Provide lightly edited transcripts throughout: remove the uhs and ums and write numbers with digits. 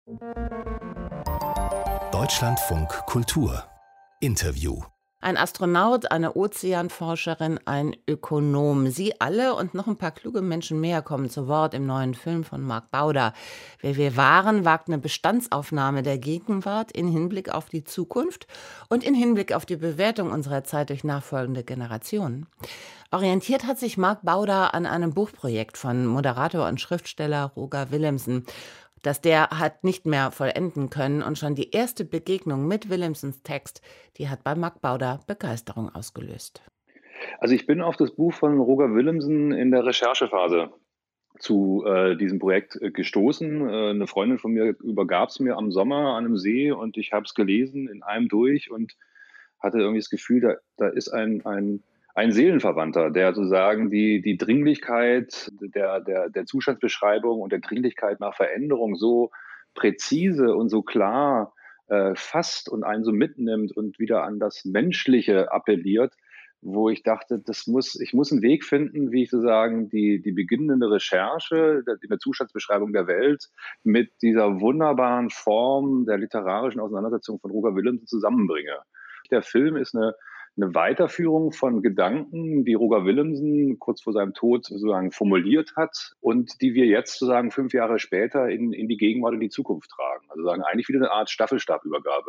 Deutschlandfunk Kultur Interview. Ein Astronaut, eine Ozeanforscherin, ein Ökonom. Sie alle und noch ein paar kluge Menschen mehr kommen zu Wort im neuen Film von Marc Bauder. Wer wir waren, wagt eine Bestandsaufnahme der Gegenwart in Hinblick auf die Zukunft und in Hinblick auf die Bewertung unserer Zeit durch nachfolgende Generationen. Orientiert hat sich Marc Bauder an einem Buchprojekt von Moderator und Schriftsteller Roger Willemsen, das der hat nicht mehr vollenden können, und schon die erste Begegnung mit Willemsens Text, die hat bei Marc Bauder Begeisterung ausgelöst. Also ich bin auf das Buch von Roger Willemsen in der Recherchephase zu diesem Projekt gestoßen. Eine Freundin von mir übergab es mir am Sommer an einem See und ich habe es gelesen in einem durch und hatte irgendwie das Gefühl, da ist ein Seelenverwandter, der sozusagen die Dringlichkeit der Zustandsbeschreibung und der Dringlichkeit nach Veränderung so präzise und so klar fasst und einen so mitnimmt und wieder an das Menschliche appelliert, wo ich dachte, ich muss einen Weg finden, wie ich sozusagen die beginnende Recherche in der Zustandsbeschreibung der Welt mit dieser wunderbaren Form der literarischen Auseinandersetzung von Roger Willemsen zusammenbringe. Der Film ist eine Weiterführung von Gedanken, die Roger Willemsen kurz vor seinem Tod sozusagen formuliert hat und die wir jetzt sozusagen 5 Jahre später in die Gegenwart und die Zukunft tragen. Also sagen eigentlich wieder eine Art Staffelstabübergabe.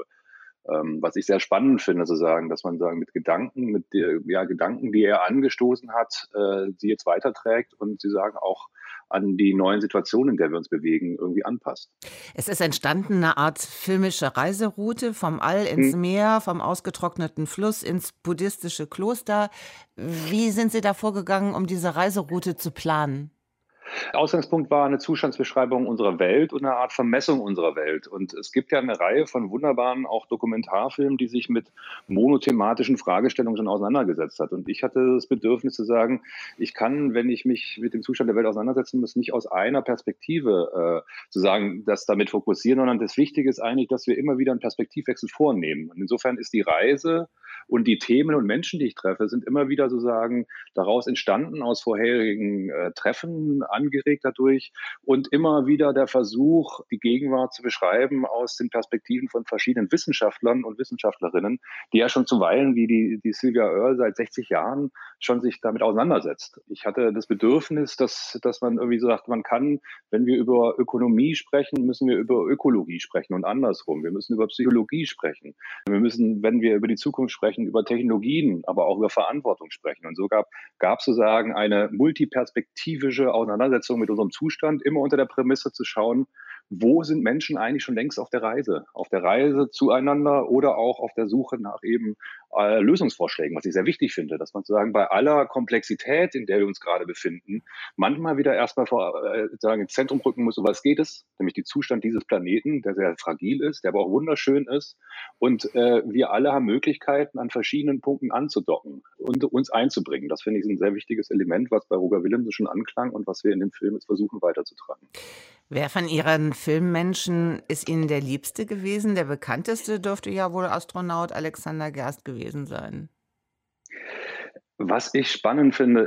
Was ich sehr spannend finde, sozusagen, dass man sagen, mit Gedanken, Gedanken, die er angestoßen hat, sie jetzt weiterträgt und sie sagen auch an die neuen Situationen, in der wir uns bewegen, irgendwie anpasst. Es ist entstanden eine Art filmische Reiseroute vom All ins Hm. Meer, vom ausgetrockneten Fluss ins buddhistische Kloster. Wie sind Sie da vorgegangen, um diese Reiseroute zu planen? Ausgangspunkt war eine Zustandsbeschreibung unserer Welt und eine Art Vermessung unserer Welt. Und es gibt ja eine Reihe von wunderbaren auch Dokumentarfilmen, die sich mit monothematischen Fragestellungen schon auseinandergesetzt hat. Und ich hatte das Bedürfnis zu sagen, ich kann, wenn ich mich mit dem Zustand der Welt auseinandersetzen muss, nicht aus einer Perspektive zu sagen, das damit fokussieren, sondern das Wichtige ist eigentlich, dass wir immer wieder einen Perspektivwechsel vornehmen. Und insofern ist die Reise und die Themen und Menschen, die ich treffe, sind immer wieder sozusagen daraus entstanden aus vorherigen Treffen, angeregt dadurch und immer wieder der Versuch, die Gegenwart zu beschreiben aus den Perspektiven von verschiedenen Wissenschaftlern und Wissenschaftlerinnen, die ja schon zuweilen, wie die Sylvia Earle seit 60 Jahren schon sich damit auseinandersetzt. Ich hatte das Bedürfnis, dass man irgendwie so sagt, man kann, wenn wir über Ökonomie sprechen, müssen wir über Ökologie sprechen und andersrum. Wir müssen über Psychologie sprechen. Wir müssen, wenn wir über die Zukunft sprechen, über Technologien, aber auch über Verantwortung sprechen. Und so gab es sozusagen eine multiperspektivische Auseinandersetzung mit unserem Zustand, immer unter der Prämisse zu schauen, wo sind Menschen eigentlich schon längst auf der Reise zueinander oder auch auf der Suche nach eben Lösungsvorschlägen, was ich sehr wichtig finde, dass man sozusagen bei aller Komplexität, in der wir uns gerade befinden, manchmal wieder erstmal ins Zentrum rücken muss, um was geht es, nämlich den Zustand dieses Planeten, der sehr fragil ist, der aber auch wunderschön ist. Und wir alle haben Möglichkeiten, an verschiedenen Punkten anzudocken und uns einzubringen. Das finde ich ein sehr wichtiges Element, was bei Roger Willemsen schon anklang und was wir in dem Film jetzt versuchen weiterzutragen. Wer von Ihren Filmmenschen ist Ihnen der Liebste gewesen? Der bekannteste dürfte ja wohl Astronaut Alexander Gerst gewesen sein. Was ich spannend finde,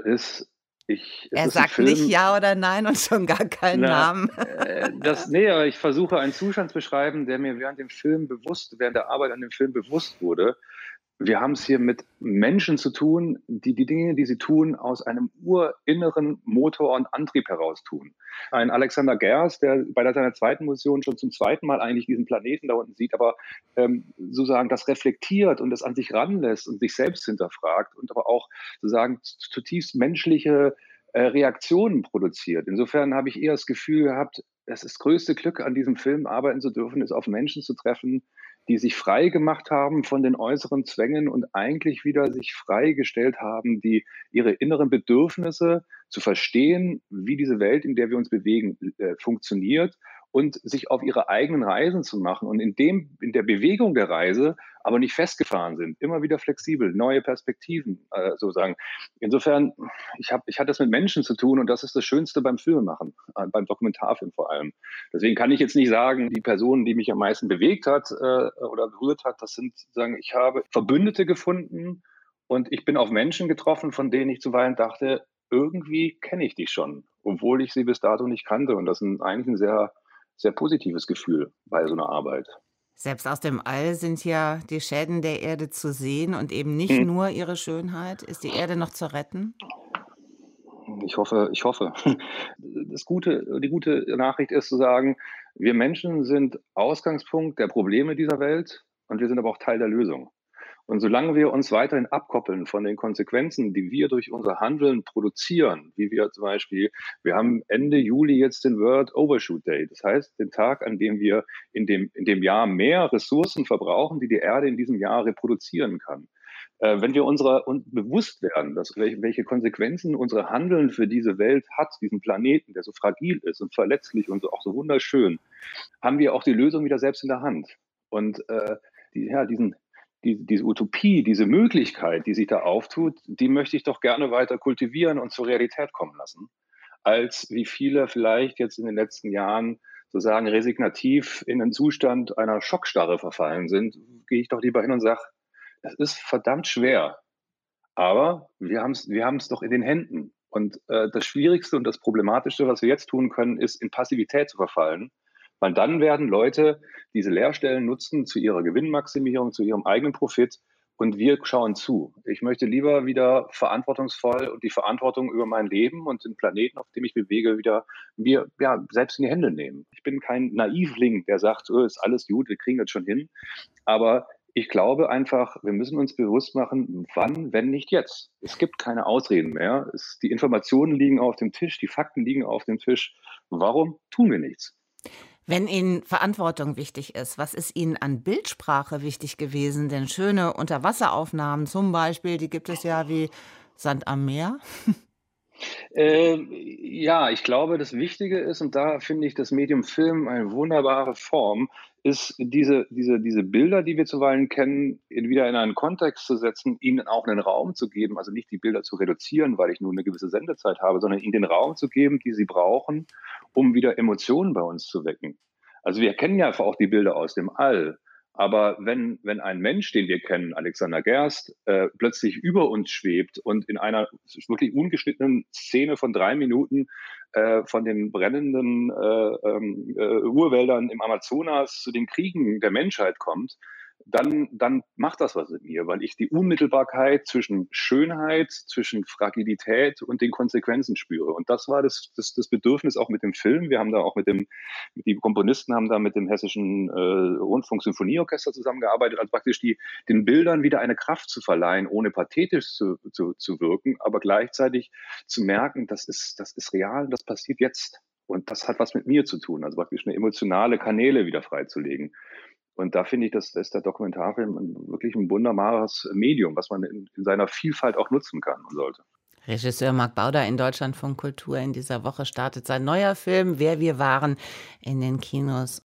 es Er ist ein sagt nicht Film, ja oder nein und schon gar keinen na, Namen. aber ich versuche einen Zustand zu beschreiben, der mir während der Arbeit an dem Film bewusst wurde. Wir haben es hier mit Menschen zu tun, die Dinge, die sie tun, aus einem urinneren Motor und Antrieb heraus tun. Ein Alexander Gerst, der bei seiner zweiten Mission schon zum zweiten Mal eigentlich diesen Planeten da unten sieht, aber sozusagen das reflektiert und das an sich ranlässt und sich selbst hinterfragt und aber auch sozusagen zutiefst menschliche Reaktionen produziert. Insofern habe ich eher das Gefühl gehabt, das größte Glück an diesem Film arbeiten zu dürfen, ist auf Menschen zu treffen, die sich frei gemacht haben von den äußeren Zwängen und eigentlich wieder sich freigestellt haben, die ihre inneren Bedürfnisse zu verstehen, wie diese Welt, in der wir uns bewegen, funktioniert und sich auf ihre eigenen Reisen zu machen und in der Bewegung der Reise aber nicht festgefahren sind, immer wieder flexibel, neue Perspektiven sozusagen. Insofern, ich hatte es mit Menschen zu tun und das ist das Schönste beim Filmemachen, beim Dokumentarfilm vor allem. Deswegen kann ich jetzt nicht sagen, die Person, die mich am meisten bewegt hat oder berührt hat, das sind sagen, ich habe Verbündete gefunden und ich bin auf Menschen getroffen, von denen ich zuweilen dachte, irgendwie kenne ich die schon, obwohl ich sie bis dato nicht kannte. Und das ist eigentlich ein sehr positives Gefühl bei so einer Arbeit. Selbst aus dem All sind ja die Schäden der Erde zu sehen und eben nicht Hm, nur ihre Schönheit. Ist die Erde noch zu retten? ich hoffe. Die gute Nachricht ist zu sagen, wir Menschen sind Ausgangspunkt der Probleme dieser Welt und wir sind aber auch Teil der Lösung. Und solange wir uns weiterhin abkoppeln von den Konsequenzen, die wir durch unser Handeln produzieren, wie wir zum Beispiel, wir haben Ende Juli jetzt den World Overshoot Day. Das heißt, den Tag, an dem wir in dem Jahr mehr Ressourcen verbrauchen, die die Erde in diesem Jahr reproduzieren kann. Wenn wir uns bewusst werden, welche Konsequenzen unser Handeln für diese Welt hat, diesen Planeten, der so fragil ist und verletzlich und auch so wunderschön, haben wir auch die Lösung wieder selbst in der Hand. Und diese Utopie, diese Möglichkeit, die sich da auftut, die möchte ich doch gerne weiter kultivieren und zur Realität kommen lassen, als wie viele vielleicht jetzt in den letzten Jahren sozusagen resignativ in einen Zustand einer Schockstarre verfallen sind, gehe ich doch lieber hin und sage, das ist verdammt schwer, aber wir haben's doch in den Händen. Und das Schwierigste und das Problematische, was wir jetzt tun können, ist, in Passivität zu verfallen. Weil dann werden Leute diese Leerstellen nutzen zu ihrer Gewinnmaximierung, zu ihrem eigenen Profit und wir schauen zu. Ich möchte lieber wieder verantwortungsvoll und die Verantwortung über mein Leben und den Planeten, auf dem ich bewege, wieder mir ja, selbst in die Hände nehmen. Ich bin kein Naivling, der sagt, oh, ist alles gut, wir kriegen das schon hin. Aber ich glaube einfach, wir müssen uns bewusst machen, wann, wenn nicht jetzt. Es gibt keine Ausreden mehr. Die Informationen liegen auf dem Tisch, die Fakten liegen auf dem Tisch. Warum tun wir nichts? Wenn Ihnen Verantwortung wichtig ist, was ist Ihnen an Bildsprache wichtig gewesen? Denn schöne Unterwasseraufnahmen zum Beispiel, die gibt es ja wie Sand am Meer. Ja, ich glaube, das Wichtige ist, und da finde ich das Medium Film eine wunderbare Form, ist diese Bilder, die wir zuweilen kennen, wieder in einen Kontext zu setzen, ihnen auch einen Raum zu geben, also nicht die Bilder zu reduzieren, weil ich nur eine gewisse Sendezeit habe, sondern ihnen den Raum zu geben, die sie brauchen, um wieder Emotionen bei uns zu wecken. Also wir kennen ja auch die Bilder aus dem All. Aber wenn ein Mensch, den wir kennen, Alexander Gerst, plötzlich über uns schwebt und in einer wirklich ungeschnittenen Szene von 3 Minuten von den brennenden Urwäldern im Amazonas zu den Kriegen der Menschheit kommt, dann macht das was mit mir, weil ich die Unmittelbarkeit zwischen Schönheit, zwischen Fragilität und den Konsequenzen spüre. Und das war das Bedürfnis auch mit dem Film. Wir haben da auch die Komponisten haben da mit dem Hessischen Rundfunksymphonieorchester zusammengearbeitet, also praktisch den Bildern wieder eine Kraft zu verleihen, ohne pathetisch zu wirken, aber gleichzeitig zu merken, das ist real, das passiert jetzt. Und das hat was mit mir zu tun, also praktisch eine emotionale Kanäle wieder freizulegen. Und da finde ich, dass ist der Dokumentarfilm wirklich ein wunderbares Medium, was man in seiner Vielfalt auch nutzen kann und sollte. Regisseur Marc Bauder in Deutschlandfunk Kultur in dieser Woche startet sein neuer Film Wer wir waren in den Kinos.